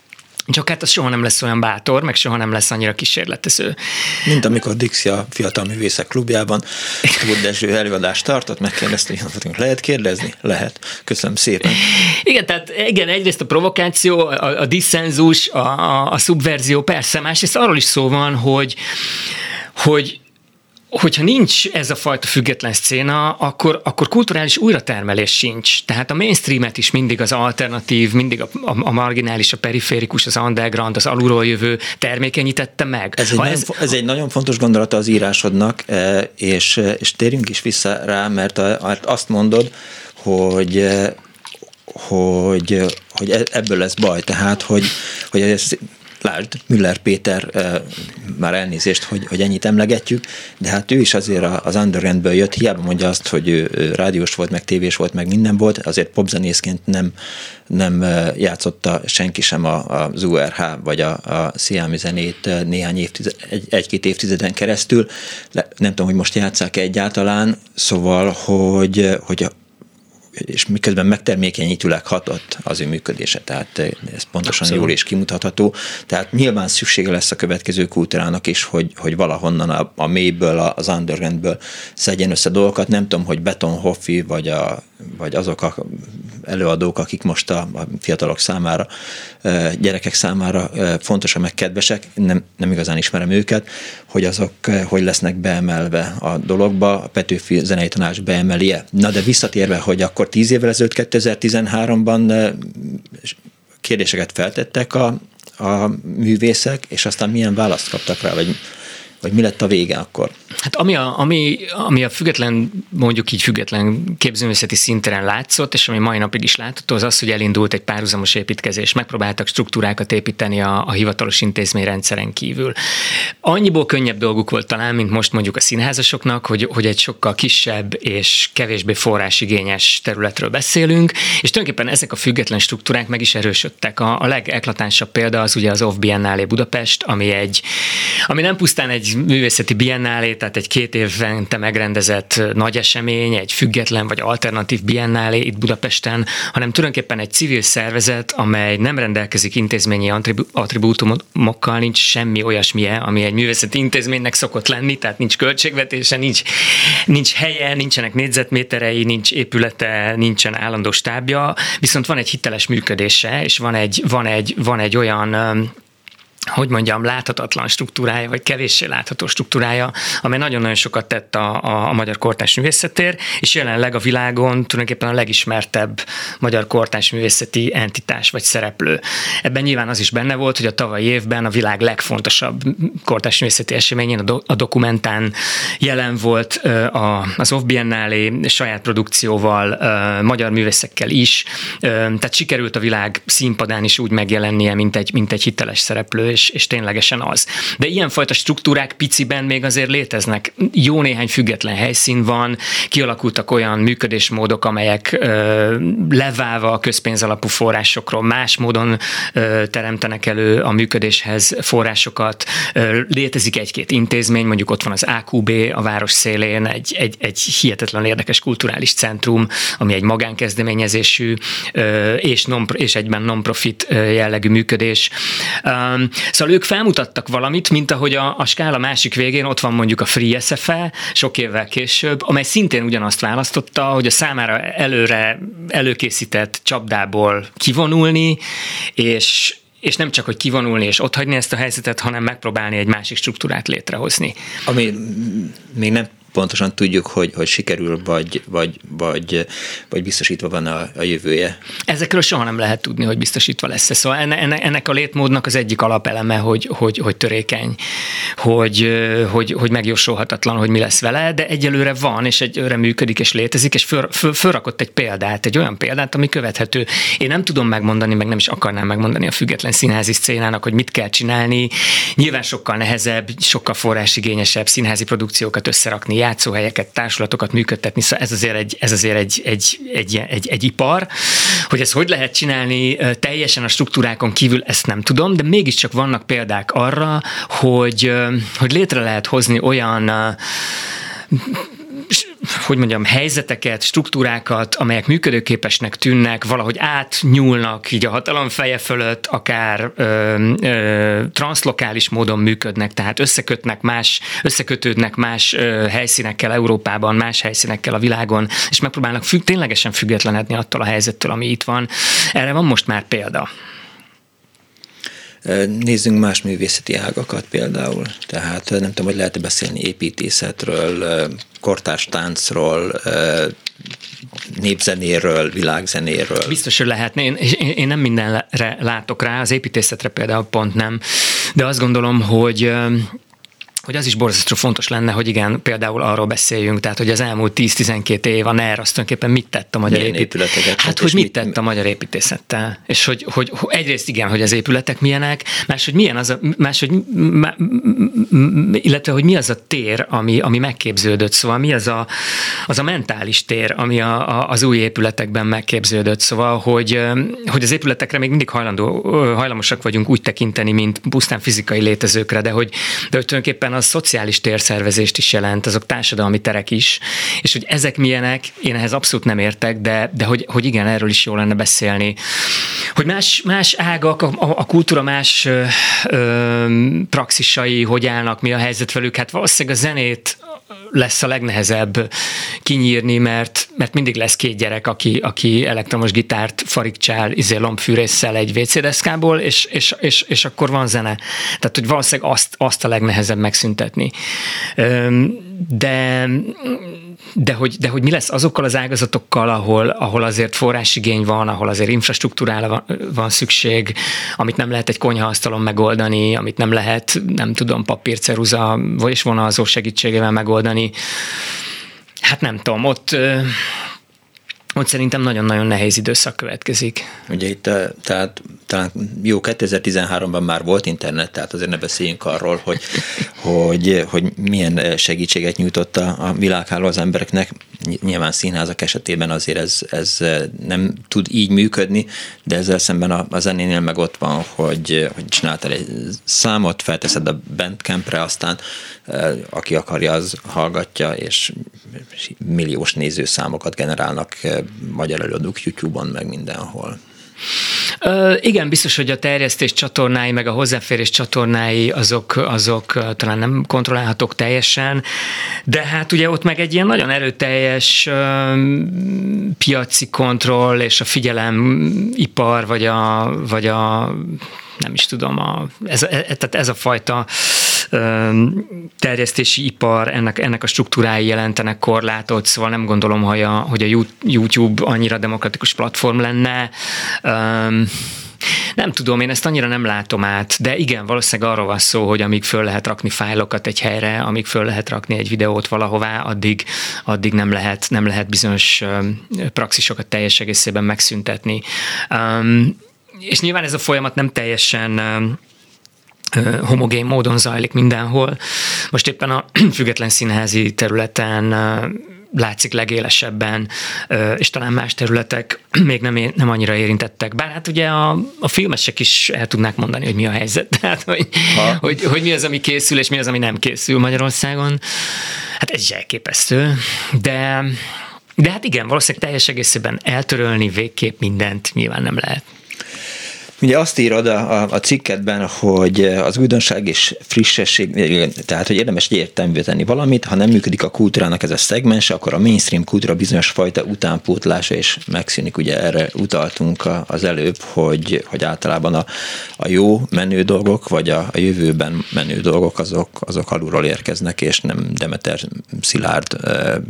Csak hát az soha nem lesz olyan bátor, meg soha nem lesz annyira kísérletező. Mint amikor Dixi a Fiatal Művészek Klubjában Tóth Dezső előadást tartott, megkérdezte, hogy lehet kérdezni? Lehet. Köszönöm szépen. Igen, tehát igen, egyrészt a provokáció, a, a disszenzus, a, a, a szubverzió, persze, másrészt arról is szó van, hogy, hogy hogyha nincs ez a fajta független szcéna, akkor, akkor kulturális újratermelés sincs. Tehát a mainstreamet is mindig az alternatív, mindig a, a, a marginális, a periférikus, az underground, az alulról jövő termékenyítette meg. Ez egy, ez, ez egy nagyon fontos gondolata az írásodnak, és, és térjünk is vissza rá, mert azt mondod, hogy, hogy, hogy ebből lesz baj. Tehát, hogy, hogy ez... Lásd, Müller Péter, már elnézést, hogy, hogy ennyit emlegetjük, de hát ő is azért az undergroundből jött, hiába mondja azt, hogy ő, ő rádiós volt, meg tévés volt, meg minden volt, azért popzenészként nem, nem játszotta senki sem az u er há vagy a, a Sziámi zenét néhány évtized, egy, egy-két évtizeden keresztül. Nem tudom, hogy most játsszák egyáltalán, szóval, hogy, hogy és miközben megtermékenyítőleg hatott az ő működése, tehát ez pontosan Abszolút. Jól és kimutatható. Tehát nyilván szüksége lesz a következő kultúrának is, hogy, hogy valahonnan a, a mélyből, az undergroundből szedjen össze dolgokat. Nem tudom, hogy Beton Hoffi, vagy, a, vagy azok a előadók, akik most a, a fiatalok számára, gyerekek számára fontosak, meg kedvesek, nem, nem igazán ismerem őket, hogy azok hogy lesznek beemelve a dologba, a Petőfi Zenei Tanács beemelje. Na de visszatérve, hogy akkor tíz évvel ezelőtt kétezer-tizenháromban kérdéseket feltettek a, a művészek, és aztán milyen választ kaptak rá, vagy, vagy mi lett a vége akkor? Hát ami a, ami, ami a független, mondjuk így független képzőművészeti szinten látszott, és ami mai napig is látható, az az, hogy elindult egy párhuzamos építkezés. Megpróbáltak struktúrákat építeni a, a hivatalos intézményrendszeren kívül. Annyiból könnyebb dolguk volt talán, mint most mondjuk a színházasoknak, hogy, hogy egy sokkal kisebb és kevésbé forrásigényes területről beszélünk, és tulajdonképpen ezek a független struktúrák meg is erősödtek. A, a legeklatánsabb példa az ugye az Off Biennale Budapest, ami, egy, ami nem pusztán egy művészeti biennálé, tehát egy két évente megrendezett nagy esemény, egy független vagy alternatív biennálé itt Budapesten, hanem tulajdonképpen egy civil szervezet, amely nem rendelkezik intézményi attribútumokkal, nincs semmi olyasmije, ami egy művészeti intézménynek szokott lenni, tehát nincs költségvetése, nincs, nincs helye, nincsenek négyzetméterei, nincs épülete, nincsen állandó stábja, viszont van egy hiteles működése, és van egy, van egy, van egy olyan hogy mondjam, láthatatlan struktúrája, vagy kevéssé látható struktúrája, amely nagyon-nagyon sokat tett a, a, a magyar kortárs művészettér, és jelenleg a világon tulajdonképpen a legismertebb magyar kortárs művészeti entitás vagy szereplő. Ebben nyilván az is benne volt, hogy a tavalyi évben a világ legfontosabb kortárs művészeti eseményén, a, do, a Dokumentán jelen volt a, az Off Biennale saját produkcióval, magyar művészekkel is, tehát sikerült a világ színpadán is úgy megjelennie, mint egy, mint egy hiteles szereplő, És, és ténylegesen az. De ilyenfajta struktúrák piciben még azért léteznek. Jó néhány független helyszín van, kialakultak olyan működésmódok, amelyek ö, leválva a közpénzalapú forrásokról más módon ö, teremtenek elő a működéshez forrásokat. Ö, létezik egy-két intézmény, mondjuk ott van az á kú bé a város szélén, egy, egy, egy hihetetlen érdekes kulturális centrum, ami egy magánkezdeményezésű ö, és, non, és egyben non-profit jellegű működés. Ö, Szóval ők felmutattak valamit, mint ahogy a, a skála másik végén ott van mondjuk a Free es ef e sok évvel később, amely szintén ugyanazt választotta, hogy a számára előre előkészített csapdából kivonulni, és és nem csak, hogy kivonulni és otthagyni ezt a helyzetet, hanem megpróbálni egy másik struktúrát létrehozni. Ami még nem pontosan tudjuk, hogy, hogy sikerül, vagy, vagy, vagy, vagy biztosítva van a, a jövője. Ezekről soha nem lehet tudni, hogy biztosítva lesz. Szóval enne, ennek a létmódnak az egyik alapeleme, hogy, hogy, hogy törékeny, hogy, hogy, hogy megjósolhatatlan, hogy mi lesz vele, de egyelőre van, és egyelőre működik, és létezik, és föl, föl, fölrakott egy példát, egy olyan példát, ami követhető. Én nem tudom megmondani, meg nem is akarnám megmondani a független színházi szcénának, hogy mit kell csinálni. Nyilván sokkal nehezebb, sokkal forrásigényesebb színházi produkciókat összerakni, játszóhelyeket, társulatokat működtetni, szóval ez azért egy, ez azért egy, egy, egy, egy, egy ipar. Hogy ezt hogy lehet csinálni teljesen a struktúrákon kívül, ezt nem tudom, de mégiscsak vannak példák arra, hogy, hogy létre lehet hozni olyan hogy mondjam, helyzeteket, struktúrákat, amelyek működőképesnek tűnnek, valahogy átnyúlnak így a hatalom feje fölött, akár ö, ö, transzlokális módon működnek, tehát összekötnek más, összekötődnek más ö, helyszínekkel Európában, más helyszínekkel a világon, és megpróbálnak függ, ténylegesen függetlenedni attól a helyzettől, ami itt van. Erre van most már példa. Nézzünk más művészeti ágakat például. Tehát nem tudom, hogy lehet beszélni építészetről, kortárs táncról, népzenéről, világzenéről. Biztos, hogy lehetne. Én, én nem mindenre látok rá, az építészetre például pont nem, de azt gondolom, hogy hogy az is borzasztó fontos lenne, hogy igen, például arról beszéljünk, tehát hogy az elmúlt tíz-tizenkét év a NER azt tulajdonképpen mit tett a magyar építészettel. Hát, hogy mit, mit tett a magyar építészettel. És hogy, hogy egyrészt igen, hogy az épületek milyenek, máshogy milyen az a, máshogy, illetve hogy mi az a tér, ami, ami megképződött, szóval mi az a, az a mentális tér, ami a, a, az új épületekben megképződött, szóval, hogy, hogy az épületekre még mindig hajlandó, hajlamosak vagyunk úgy tekinteni, mint pusztán fizikai létezőkre, de hogy, de hogy tulajdonképpen az szociális térszervezést is jelent, azok társadalmi terek is, és hogy ezek milyenek, én ehhez abszolút nem értek, de, de hogy, hogy igen, erről is jó lenne beszélni. Hogy más, más ágak, a, a kultúra más ö, ö, praxisai, hogy állnak, mi a helyzet velük, hát valószínűleg a zenét lesz a legnehezebb kinyírni, mert, mert mindig lesz két gyerek, aki, aki elektromos gitárt farigcsál izé lombfűrésszel egy vé cé deszkából, és, és, és, és akkor van zene. Tehát, hogy valószínűleg azt, azt a legnehezebb megszüntetni. De, de, hogy, de hogy mi lesz azokkal az ágazatokkal, ahol, ahol azért forrásigény van, ahol azért infrastruktúrára van, van szükség, amit nem lehet egy konyhaasztalon megoldani, amit nem lehet, nem tudom, papírceruza és vonalzó segítségével megoldani. Hát nem tudom, ott... Ott szerintem nagyon-nagyon nehéz időszak következik. Ugye itt tehát talán jó, kétezer-tizenháromban már volt internet, tehát azért ne beszéljünk arról, hogy, hogy, hogy milyen segítséget nyújtott a világháló az embereknek. Nyilván színházak esetében azért ez, ez nem tud így működni, de ezzel szemben a, a zenénél meg ott van, hogy, hogy csináltál egy számot, felteszed a Bandcampre, aztán aki akarja, az hallgatja, és milliós nézőszámokat generálnak magyar előadók YouTube-on, meg mindenhol. Ö, igen, biztos, hogy a terjesztés csatornái, meg a hozzáférés csatornái, azok, azok talán nem kontrollálhatók teljesen, de hát ugye ott meg egy ilyen nagyon erőteljes ö, piaci kontroll és a figyelemipar, vagy a, vagy a nem is tudom, a, ez, ez, tehát ez a fajta ö, terjesztési ipar, ennek, ennek a struktúrái jelentenek korlátot, szóval nem gondolom, hogy a, hogy a YouTube annyira demokratikus platform lenne. Ö, Nem tudom, én ezt annyira nem látom át, de igen, valószínűleg arról van szó, hogy amíg föl lehet rakni fájlokat egy helyre, amíg föl lehet rakni egy videót valahová, addig, addig nem lehet, nem lehet bizonyos praxisokat teljes egészében megszüntetni. Um, és nyilván ez a folyamat nem teljesen homogén módon zajlik mindenhol. Most éppen a független színházi területen látszik legélesebben, és talán más területek még nem, nem annyira érintettek. Bár hát ugye a, a filmesek is el tudnák mondani, hogy mi a helyzet. Tehát, hogy, hogy, hogy mi az, ami készül, és mi az, ami nem készül Magyarországon. Hát ez is elképesztő. De, de hát igen, valószínűleg teljes egészében eltörölni végképp mindent nyilván nem lehet. Ugye azt írod a, a cikketben, hogy az újdonság és frissesség, tehát hogy érdemes egyértelművé tenni valamit, ha nem működik a kultúrának ez a szegmens, akkor a mainstream kultúra bizonyos fajta utánpótlása is megszűnik. Ugye erre utaltunk az előbb, hogy, hogy általában a, a jó menő dolgok, vagy a, a jövőben menő dolgok, azok, azok alulról érkeznek, és nem Demeter Szilárdnak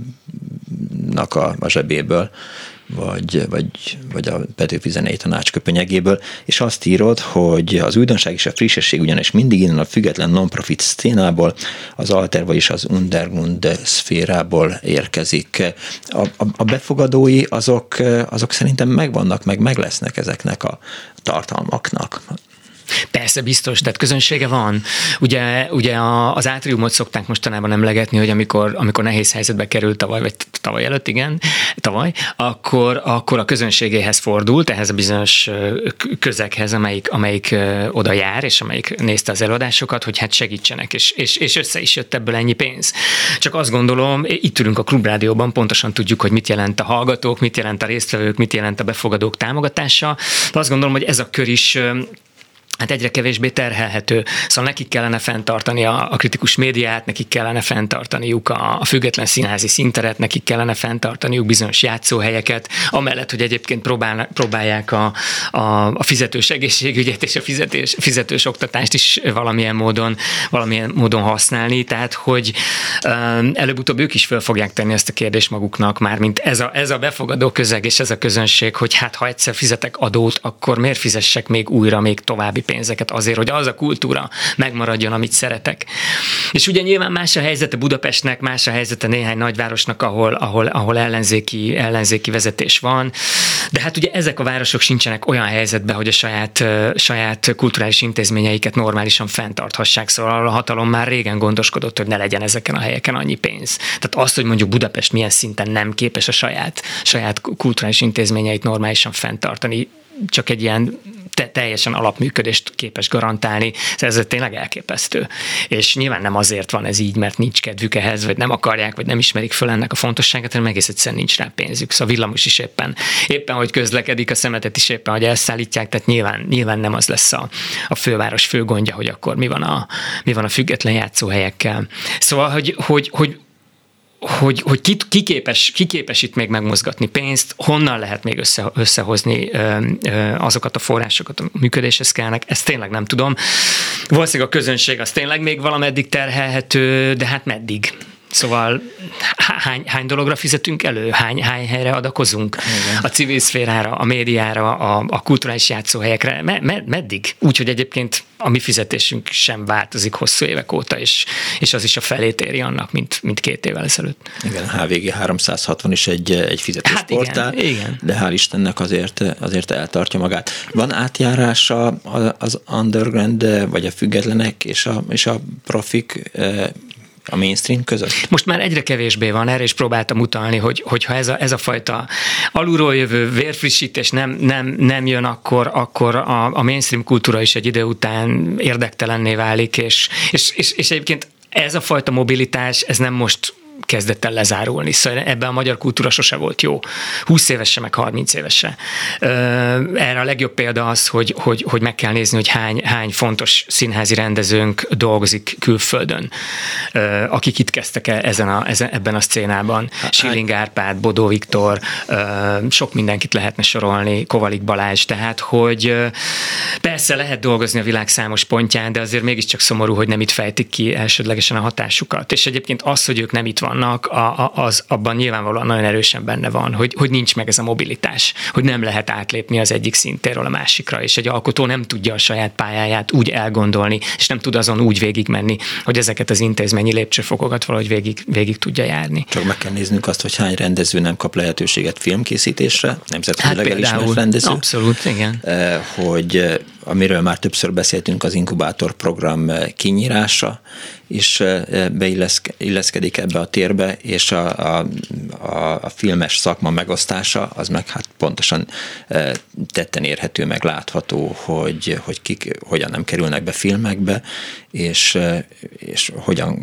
a, a zsebéből, vagy, vagy, vagy a Petőfi Zenei Tanács köpenyegéből, és azt írod, hogy az újdonság és a frissesség ugyanis mindig innen a független non-profit szcénából, az alter, vagyis az underground szférából érkezik. A, a, a befogadói azok, azok szerintem megvannak, meg meg lesznek ezeknek a tartalmaknak. Persze, biztos, tehát közönsége van. Ugye, ugye az átriumot szokták mostanában emlegetni, hogy amikor, amikor nehéz helyzetbe került tavaly, vagy tavaly előtt, igen, tavaly, akkor, akkor a közönségéhez fordult, ehhez a bizonyos közeghez, amelyik, amelyik oda jár, és amelyik nézte az előadásokat, hogy hát segítsenek, és, és, és össze is jött ebből ennyi pénz. Csak azt gondolom, itt ülünk a Klubrádióban, pontosan tudjuk, hogy mit jelent a hallgatók, mit jelent a résztvevők, mit jelent a befogadók támogatása, de azt gondolom, hogy ez a kör is hát egyre kevésbé terhelhető. Szóval nekik kellene fenntartani a, a kritikus médiát, nekik kellene fenntartaniuk a, a független színházi színteret, nekik kellene fenntartaniuk bizonyos játszóhelyeket, amellett, hogy egyébként próbál, próbálják a, a, a fizetős egészségügyet és a fizetős, fizetős oktatást is valamilyen módon, valamilyen módon használni. Tehát, hogy um, előbb-utóbb ők is föl fogják tenni ezt a kérdést maguknak, mármint ez a, ez a befogadó közeg és ez a közönség, hogy hát ha egyszer fizetek adót, akkor miért fizessek még újra, még további pénzeket azért, hogy az a kultúra megmaradjon, amit szeretek. És ugye nyilván más a helyzete Budapestnek, más a helyzete néhány nagyvárosnak, ahol, ahol, ahol ellenzéki, ellenzéki vezetés van, de hát ugye ezek a városok sincsenek olyan helyzetben, hogy a saját, saját kulturális intézményeiket normálisan fenntarthassák, szóval a hatalom már régen gondoskodott, hogy ne legyen ezeken a helyeken annyi pénz. Tehát azt, hogy mondjuk Budapest milyen szinten nem képes a saját, saját kulturális intézményeit normálisan fenntartani, csak egy ilyen te- teljesen alapműködést képes garantálni, ez tényleg elképesztő. És nyilván nem azért van ez így, mert nincs kedvük ehhez, vagy nem akarják, vagy nem ismerik föl ennek a fontosságát, hanem egész egyszerűen nincs rá pénzük. Szóval a villamos is éppen, éppen hogy közlekedik, a szemetet is éppen, hogy elszállítják, tehát nyilván, nyilván nem az lesz a, a főváros fő gondja, hogy akkor mi van a, mi van a független játszóhelyekkel. Szóval, hogy, hogy, hogy hogy, hogy ki, ki, képes, ki képes itt még megmozgatni pénzt, honnan lehet még össze, összehozni ö, ö, azokat a forrásokat, a működéshez kellnek, ezt tényleg nem tudom. Valószínűleg a közönség az tényleg még valameddig terhelhető, de hát meddig? Szóval hány, hány dologra fizetünk elő? Hány, hány helyre adakozunk? Igen. A civil szférára, a médiára, a, a kulturális játszóhelyekre? Me, me, meddig? Úgyhogy egyébként a mi fizetésünk sem változik hosszú évek óta, és, és az is a felét éri annak, mint, mint két évvel ezelőtt. Igen, a há vé gé háromszázhatvan is egy, egy fizetős hát portál, igen, igen. De hál' Istennek azért, azért eltartja magát. Van átjárása az underground, vagy a függetlenek és a, és a profik a mainstream között? Most már egyre kevésbé van, erre is próbáltam utalni, hogy, hogyha ez a, ez a fajta alulról jövő vérfrissítés nem, nem, nem jön, akkor, akkor a, a mainstream kultúra is egy idő után érdektelenné válik, és, és, és, és egyébként ez a fajta mobilitás, ez nem most kezdett el lezárulni. Szóval ebben a magyar kultúra sose volt jó. húsz évese, meg harminc évese. Erre a legjobb példa az, hogy, hogy, hogy meg kell nézni, hogy hány, hány fontos színházi rendezőnk dolgozik külföldön, akik itt kezdtek ezen a, ezen, ebben a szcénában. Schilling Árpád, Bodó Viktor, sok mindenkit lehetne sorolni, Kovalik Balázs, tehát, hogy persze lehet dolgozni a világ számos pontján, de azért mégiscsak szomorú, hogy nem itt fejtik ki elsődlegesen a hatásukat. És egyébként az, hogy ők nem itt vannak, az abban nyilvánvalóan nagyon erősen benne van, hogy, hogy nincs meg ez a mobilitás, hogy nem lehet átlépni az egyik szintéről a másikra, és egy alkotó nem tudja a saját pályáját úgy elgondolni, és nem tud azon úgy végigmenni, hogy ezeket az intézményi lépcsőfokokat valahogy végig, végig tudja járni. Csak meg kell néznünk azt, hogy hány rendező nem kap lehetőséget filmkészítésre, nemzetközileg hát elismert rendező. Abszolút, igen. Hogy amiről már többször beszéltünk, az inkubátor program kinyírása is beilleszkedik ebbe a térbe, és a, a, a, a filmes szakma megosztása, az meg hát pontosan tetten érhető, meg látható, hogy, hogy kik hogyan nem kerülnek be filmekbe, és, és hogyan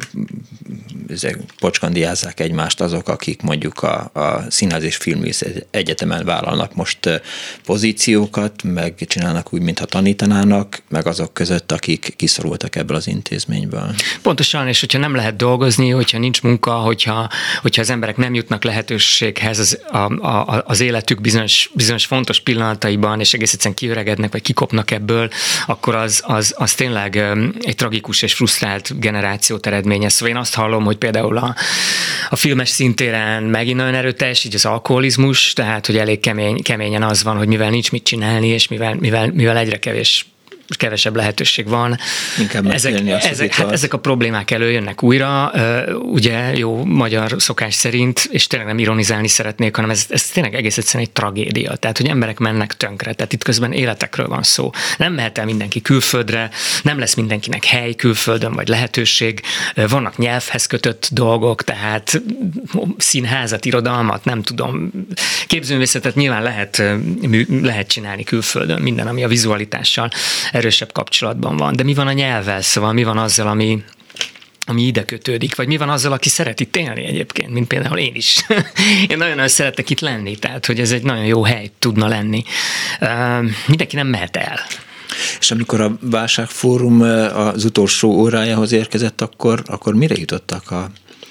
pocskandiázzák egymást azok, akik mondjuk a, a Színház és Filmművészeti Egyetemen vállalnak most pozíciókat, meg csinálnak úgy, mintha tanítanának, meg azok között, akik kiszorultak ebből az intézményből. Pontosan, és hogyha nem lehet dolgozni, hogyha nincs munka, hogyha, hogyha az emberek nem jutnak lehetőséghez az, a, a, az életük bizonyos, bizonyos fontos pillanataiban, és egész egyszerűen kiöregednek, vagy kikopnak ebből, akkor az, az, az tényleg egy tragikus és frusztrált generációt eredményez. Szóval én azt hallom, hogy például a, a filmes szintéren megint nagyon erőteljes, így az alkoholizmus, tehát hogy elég kemény, keményen az van, hogy mivel nincs mit csinálni, és mivel, mivel, mivel egyre kevés kevesebb lehetőség van. Ezek, ezek, hát ezek a problémák előjönnek újra, ugye jó magyar szokás szerint, és tényleg nem ironizálni szeretnék, hanem ez, ez tényleg egész egyszerűen egy tragédia. Tehát, hogy emberek mennek tönkre, tehát itt közben életekről van szó. Nem mehet el mindenki külföldre, nem lesz mindenkinek hely külföldön, vagy lehetőség. Vannak nyelvhez kötött dolgok, tehát színházat, irodalmat, nem tudom. Képzőművészetet nyilván lehet, lehet csinálni külföldön, minden, ami a vizualitással erősebb kapcsolatban van. De mi van a nyelvvel, szóval mi van azzal, ami, ami ide kötődik, vagy mi van azzal, aki szeret itt élni egyébként, mint például én is. Én nagyon-nagyon szeretek itt lenni, tehát hogy ez egy nagyon jó hely tudna lenni. Uh, mindenki nem mehet el. És amikor a Válságfórum az utolsó órájához érkezett, akkor, akkor mire jutottak a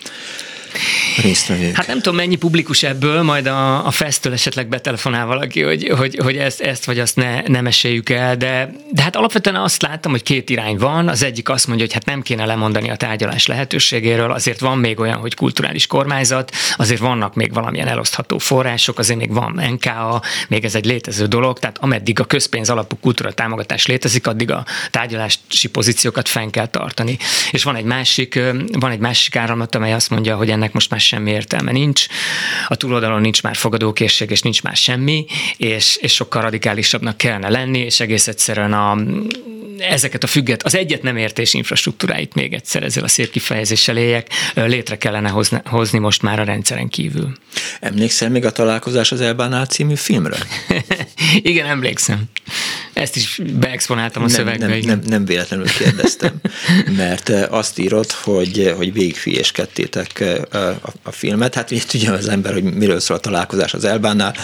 résztvevők? Hát nem tudom, mennyi publikus ebből, majd a, a Fesztől esetleg betelefonál valaki, hogy, hogy, hogy ezt, ezt vagy azt ne, ne meséljük el, de, de hát alapvetően azt láttam, hogy két irány van. Az egyik azt mondja, hogy hát nem kéne lemondani a tárgyalás lehetőségéről, azért van még olyan, hogy kulturális kormányzat, azért vannak még valamilyen elosztható források, azért még van en ká á, még ez egy létező dolog, tehát ameddig a közpénz alapú kultúra támogatás létezik, addig a tárgyalási pozíciókat fenn kell tartani. És van egy másik, van egy másik áramlat, amely azt mondja, hogy ennek most már semmi értelme nincs, a túloldalon nincs már fogadókészség, és nincs már semmi, és, és sokkal radikálisabbnak kellene lenni, és egész egyszerűen a, ezeket a függet, az egyet nem értés infrastruktúráit még egyszer ezzel a szép kifejezéssel éljek, létre kellene hozni, hozni most már a rendszeren kívül. Emlékszel még a Találkozás az Elbánál című filmre? Igen, emlékszem. Ezt is beexponáltam a nem, szövegbe. Nem, nem, nem véletlenül kérdeztem, mert azt írod, hogy, hogy végigfűéskedtétek a, a filmet. Hát így tudja az ember, hogy miről szól a Találkozás az Elbánnál,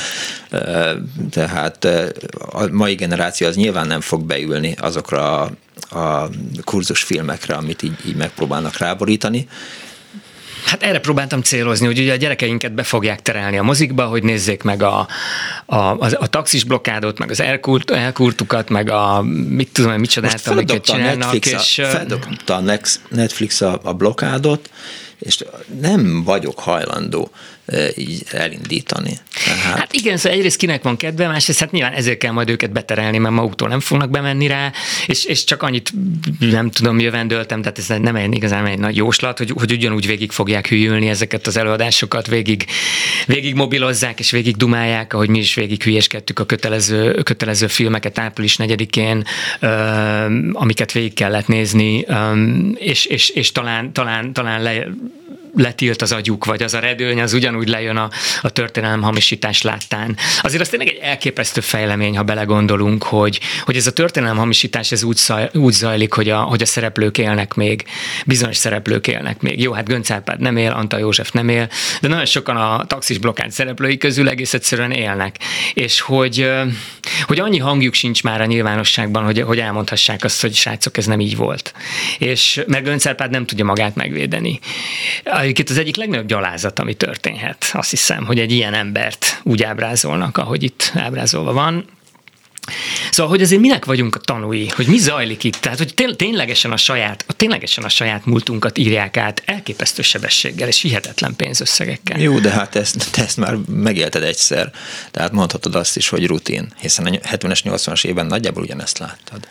tehát a mai generáció az nyilván nem fog beülni azokra a, a kurzusfilmekre, amit így, így megpróbálnak ráborítani. Hát erre próbáltam célozni, hogy ugye a gyerekeinket be fogják terelni a mozikba, hogy nézzék meg a, a, a, a taxis blokkádot, meg az elkurt, elkurtukat, meg a mit tudom, mit csodáltam, amiket csinálnak. Netflix és a, feldobta a Netflix a, a blokkádot, és nem vagyok hajlandó így elindítani. Tehát... Hát igen, szóval egyrészt kinek van kedve, másrészt hát nyilván ezért kell majd őket beterelni, mert maguktól nem fognak bemenni rá, és, és csak annyit nem tudom, jövendöltem, tehát ez nem egy, igazán egy nagy jóslat, hogy, hogy ugyanúgy végig fogják hülyülni ezeket az előadásokat, végig, végig mobilozzák és végig dumálják, ahogy mi is végig hülyeskedtük a kötelező, kötelező filmeket április negyedikén, amiket végig kellett nézni, és, és, és talán, talán, talán le letilt az agyuk, vagy az a redőny, az ugyanúgy lejön a, a történelem hamisítás láttán. Azért az tényleg egy elképesztő fejlemény, ha belegondolunk, hogy, hogy ez a történelem hamisítás ez úgy, szaj, úgy zajlik, hogy a, hogy a szereplők élnek még, bizonyos szereplők élnek még. Jó, hát Göncz Árpád nem él, Antal József nem él, de nagyon sokan a taxis blokkád szereplői közül egész egyszerűen élnek. És hogy, hogy annyi hangjuk sincs már a nyilvánosságban, hogy, hogy elmondhassák azt, hogy srácok, ez nem így volt. És mert Göncz Árpád nem tudja magát megvédeni. Egyébként az egyik legnagyobb gyalázat, ami történhet. Azt hiszem, hogy egy ilyen embert úgy ábrázolnak, ahogy itt ábrázolva van. Szóval, hogy azért minek vagyunk a tanúi, hogy mi zajlik itt, tehát, hogy tény, ténylegesen, a saját, ténylegesen a saját múltunkat írják át elképesztő sebességgel és hihetetlen pénzösszegekkel. Jó, de hát ezt, te ezt már megélted egyszer, tehát mondhatod azt is, hogy rutin, hiszen a hetvenes, nyolcvanas évben nagyjából ugyanezt láttad.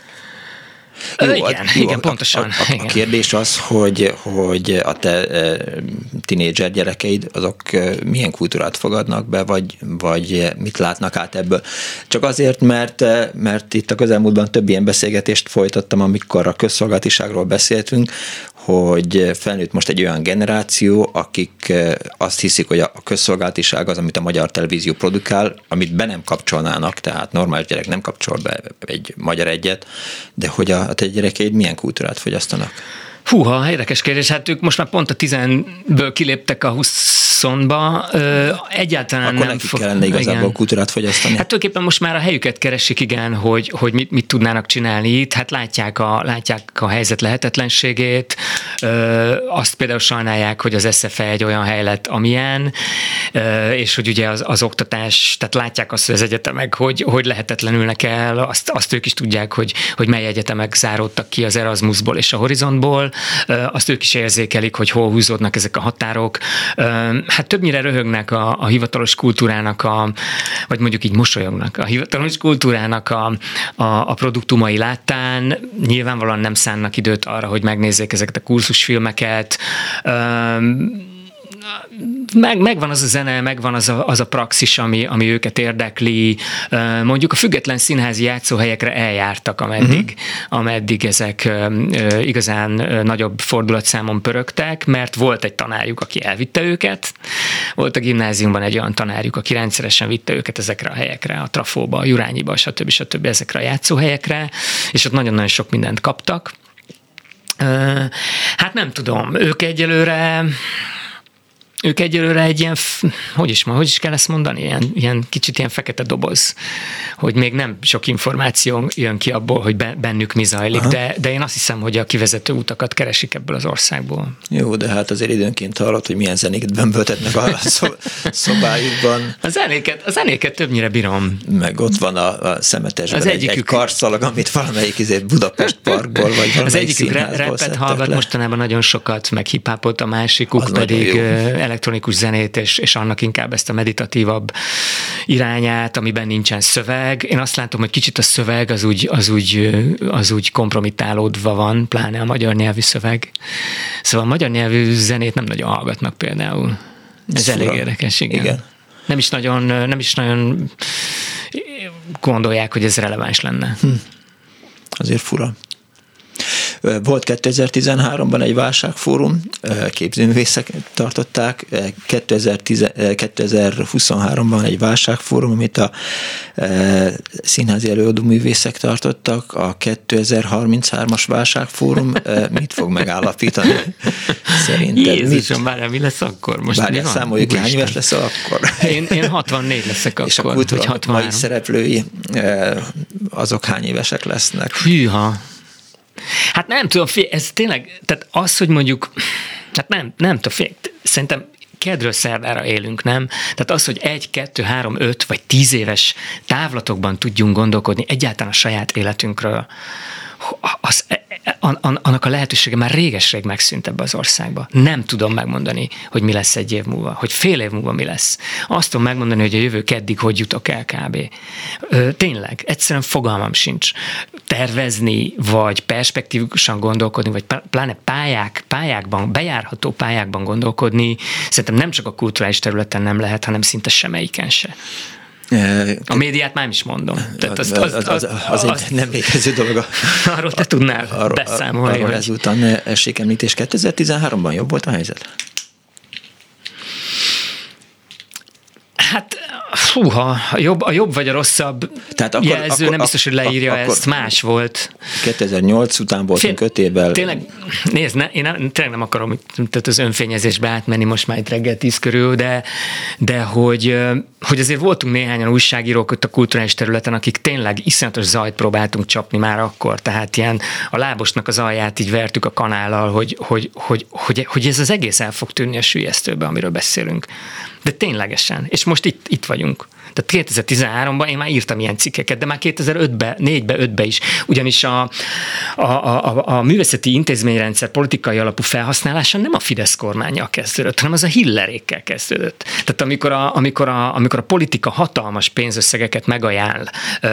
Jó, igen, jó, igen, pontosan. A, a, a kérdés az, hogy, hogy a te e, tinédzser gyerekeid, azok milyen kultúrát fogadnak be, vagy, vagy mit látnak át ebből. Csak azért, mert, mert itt a közelmúltban több ilyen beszélgetést folytattam, amikor a közszolgálatiságról beszéltünk, hogy felnőtt most egy olyan generáció, akik azt hiszik, hogy a közszolgálatiság az, amit a magyar televízió produkál, amit be nem kapcsolnának, tehát normális gyerek nem kapcsol be egy magyar egyet, de hogy a te gyerekeid milyen kultúrát fogyasztanak? Húha, érdekes kérdés. Hát ők most már pont a tizenből kiléptek a huszonba. Ö, egyáltalán Akkor nem nekik fog... kellene igazából igen. kultúrát fogyasztani. Hát tulajdonképpen most már a helyüket keresik, igen, hogy, hogy mit, mit tudnának csinálni itt. Hát látják a, látják a helyzet lehetetlenségét. Ö, azt például sajnálják, hogy az es ef e egy olyan hely lett, amilyen, ö, és hogy ugye az, az oktatás, tehát látják azt, hogy az egyetemek, hogy, hogy lehetetlenülnek el. Azt, azt ők is tudják, hogy, hogy mely egyetemek záródtak ki az Erasmusból és a Horizontból. Azt ők is érzékelik, hogy hol húzódnak ezek a határok. Hát többnyire röhögnek a, a hivatalos kultúrának, a, vagy mondjuk így mosolyognak a hivatalos kultúrának a, a, a produktumai láttán. Nyilvánvalóan nem szánnak időt arra, hogy megnézzék ezeket a kurzusfilmeket. Meg, megvan az a zene, megvan az a, az a praxis, ami, ami őket érdekli. Mondjuk a független színházi játszóhelyekre eljártak, ameddig, uh-huh. ameddig ezek igazán nagyobb fordulatszámon pörögtek, mert volt egy tanárjuk, aki elvitte őket. Volt a gimnáziumban egy olyan tanárjuk, aki rendszeresen vitte őket ezekre a helyekre, a Trafóba, a Jurányiba, stb. stb. Ezekre a játszóhelyekre, és ott nagyon-nagyon sok mindent kaptak. Hát nem tudom, ők egyelőre Ők egyelőre egy ilyen, hogy is, hogy is kell ezt mondani, ilyen, ilyen kicsit ilyen fekete doboz, hogy még nem sok információ jön ki abból, hogy bennük mi zajlik, de, de én azt hiszem, hogy a kivezető utakat keresik ebből az országból. Jó, de hát azért időnként hallott, hogy milyen zenéket bömböltetnek a szobájukban. A zenéket, a zenéket többnyire bírom. Meg ott van a, a szemetesben egy, egy karszalag, amit valamelyik izét Budapest Parkból, vagy valamelyik az egyikük rappet hallgat le. Mostanában nagyon sokat, meg hip-hopot, a másikuk az pedig elektronikus zenét, és, és annak inkább ezt a meditatívabb irányát, amiben nincsen szöveg. Én azt látom, hogy kicsit a szöveg az úgy, az úgy, az úgy kompromittálódva van, pláne a magyar nyelvű szöveg. Szóval a magyar nyelvű zenét nem nagyon hallgatnak például. Ez, Ez elég fura. Érdekes, igen. igen. Nem is nagyon, nem is nagyon gondolják, hogy ez releváns lenne. Hm. Azért fura. Volt kétezer-tizenháromban egy válságfórum, képzőművészek tartották, kétezer-huszonháromban egy válságfórum, amit a színházi előadó művészek tartottak, a kétezer-harmincháromas válságfórum mit fog megállapítani? Szerinted Jézusom, várjál, mi lesz akkor? Most Várjál, számoljuk ki, hány éves lesz akkor? Én, én hatvannégy leszek akkor. És a kultúra mai szereplői, azok hány évesek lesznek? Hűha! Hát nem tudom, ez tényleg, tehát az, hogy mondjuk, hát nem, nem tudom, szerintem kedről szerdára élünk, nem? Tehát az, hogy egy, kettő, három, öt vagy tíz éves távlatokban tudjunk gondolkodni egyáltalán a saját életünkről, az, annak a lehetősége már réges-rég megszűnt ebbe az országba. Nem tudom megmondani, hogy mi lesz egy év múlva, hogy fél év múlva mi lesz. Azt tudom megmondani, hogy a jövő keddig hogy jutok el kb. Tényleg, egyszerűen fogalmam sincs. Tervezni, vagy perspektívikusan gondolkodni, vagy pláne pályák, pályákban, bejárható pályákban gondolkodni, szerintem nem csak a kulturális területen nem lehet, hanem szinte semmelyiken se. A médiát már is mondom. Tehát az, az, az, az, az, az egy nem létező dolog. Arról te tudnál beszámolni. Arról ezután esik említés. kétezer-tizenháromban jobb volt a helyzet? Hát, húha, a jobb, a jobb vagy a rosszabb Tehát akkor, jelző akkor, nem biztos, hogy leírja akkor, ezt, más volt. kétezer-nyolc után voltunk öt évvel. Tényleg, nézd, ne, én nem, tényleg nem akarom tehát az önfényezésbe átmenni most már itt reggel tíz körül, de, de hogy, hogy azért voltunk néhányan újságírók ott a kulturális területen, akik tényleg iszonyatos zajt próbáltunk csapni már akkor, tehát ilyen a lábosnak az alját így vertük a kanállal, hogy, hogy, hogy, hogy, hogy ez az egész el fog tűnni a süllyesztőbe, amiről beszélünk. De ténylegesen. És most itt, itt vagyunk. Tehát kétezer-tizenháromban én már írtam ilyen cikkeket, de már kétezer-ötben, négyben, ötben is. Ugyanis a, a, a, a művészeti intézményrendszer politikai alapú felhasználása nem a Fidesz kormánnyal kezdődött, hanem az a Hillerékkel kezdődött. Tehát amikor a, amikor a, amikor a politika hatalmas pénzösszegeket megajánl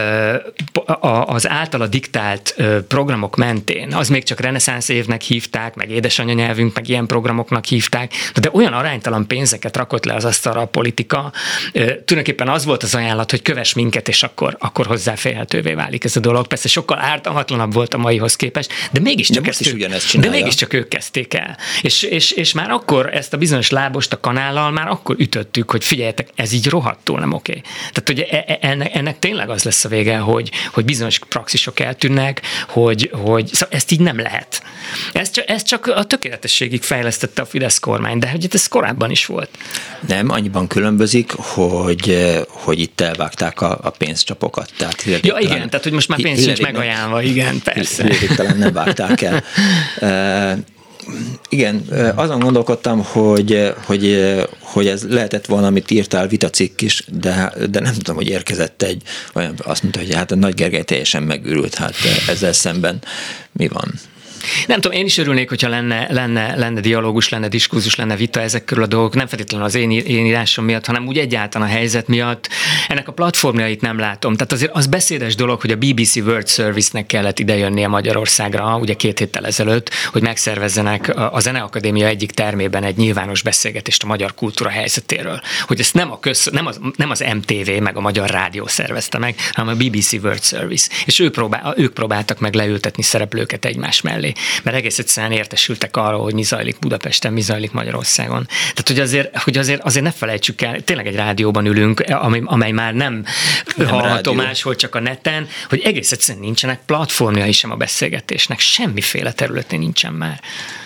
az általa diktált programok mentén, az még csak reneszánsz évnek hívták, meg édesanyanyelvünk, meg ilyen programoknak hívták, de olyan aránytalan pénzeket rakott le az asztalra a politika, tulajdonképpen az volt az ajánlat, hogy kövess minket, és akkor, akkor hozzáférhetővé válik ez a dolog. Persze sokkal ártalmatlanabb volt a maihoz képest, de mégiscsak, de ezt ők, de mégiscsak ők kezdték el. És, és, és már akkor ezt a bizonyos lábost a kanállal már akkor ütöttük, hogy figyeljetek, ez így rohadtul nem oké. Tehát, hogy ennek, ennek tényleg az lesz a vége, hogy, hogy bizonyos praxisok eltűnnek, hogy, hogy szóval ezt így nem lehet. Ez csak, ez csak a tökéletességig fejlesztette a Fidesz kormány, de hogy ez korábban is volt. Nem, annyiban különbözik, hogy hogy itt elvágták a, a pénzcsapokat. Tehát ja, igen, talán, tehát hogy most már pénz sincs megajánlva, igen, persze. Hillerik talán nem vágták el. Uh, igen, azon gondolkodtam, hogy, hogy, hogy ez lehetett volna, amit írtál, vitacikk is, de, de nem tudom, hogy érkezett egy olyan, azt mondta, hogy hát a Nagy Gergely teljesen megőrült, hát ezzel szemben mi van? Nem tudom, én is örülnék, hogyha lenne, lenne, lenne dialógus, lenne diskurzus, lenne vita ezek körül a dolgok, nem feltétlenül az én, én írásom miatt, hanem úgy egyáltalán a helyzet miatt. Ennek a platformjait nem látom. Tehát azért az beszédes dolog, hogy a bé bé cé World Service-nek kellett idejönnie Magyarországra, ugye két héttel ezelőtt, hogy megszervezzenek a Zeneakadémia egyik termében egy nyilvános beszélgetést a magyar kultúra helyzetéről. Hogy ezt nem, a köz, nem, az, nem az em té vé meg a Magyar Rádió szervezte meg, hanem a bé bé cé World Service. És ők, próbál, ők próbáltak meg leültetni szereplőket egymás mellé. Mert egész egyszerűen értesültek arról, hogy mi zajlik Budapesten, mi zajlik Magyarországon. Tehát, hogy azért, hogy azért, azért ne felejtsük el, tényleg egy rádióban ülünk, amely, amely már nem, nem hallható máshol, csak a neten, hogy egész egyszerűen nincsenek platformjai sem a beszélgetésnek, semmiféle területén nincsen már.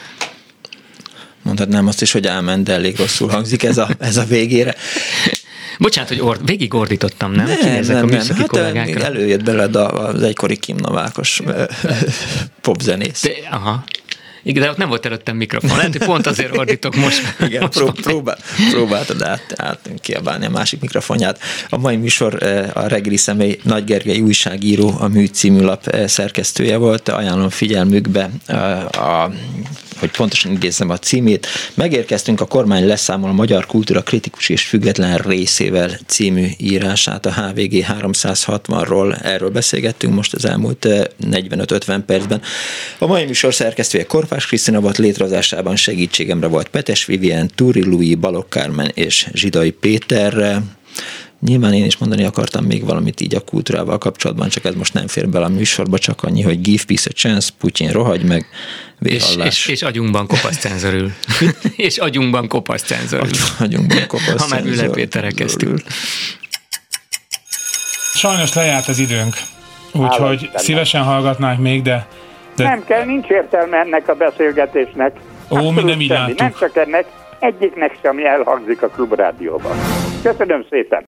Mondhatnám azt is, hogy ámen, de elég rosszul hangzik ez a, ez a végére. Bocsánat, hogy ord, végig ordítottam, nem? Nem, Kinézek nem, a nem. Hát kollégákra. Előjött beled az egykori Kim Novákos popzenész. De, aha. Igen, de ott nem volt előttem mikrofon. Lehet, hogy pont azért ordítok most. Igen, most prób- próbál, próbáltad át, át kiabálni a másik mikrofonját. A mai műsor a reggeli személy Nagy Gergely újságíró, a Mű című lap szerkesztője volt. Ajánlom figyelmükbe, a, a, hogy pontosan idézzem a címét. Megérkeztünk, a kormány leszámol a magyar kultúra kritikus és független részével című írását a há vé gé háromszázhatvanról. Erről beszélgettünk most az elmúlt negyvenöt-ötven percben. A mai műsor szerkesztője Korpás Krisztina volt, létrehozásában segítségemre volt Petes Vivien, Túri Louis, Balogh Kármen és Zsidai Péter. Nyilván én is mondani akartam még valamit így a kultúrával kapcsolatban, csak ez most nem fér bele a műsorba, csak annyi, hogy give peace a chance, Putyin rohagy meg, véhallás. És, és, és agyunkban kopasz cenzorül. és agyunkban kopasz cenzorül. Agyunkban kopasz Ha már Müller Péterrel kezdtük. Sajnos lejárt az időnk, úgyhogy szívesen hallgatnánk még, de, de... Nem kell, nincs értelme ennek a beszélgetésnek. Ó, mi nem így láttuk. Nem csak ennek, egyiknek sem elhangzik a Klubrádióban. Köszönöm szépen!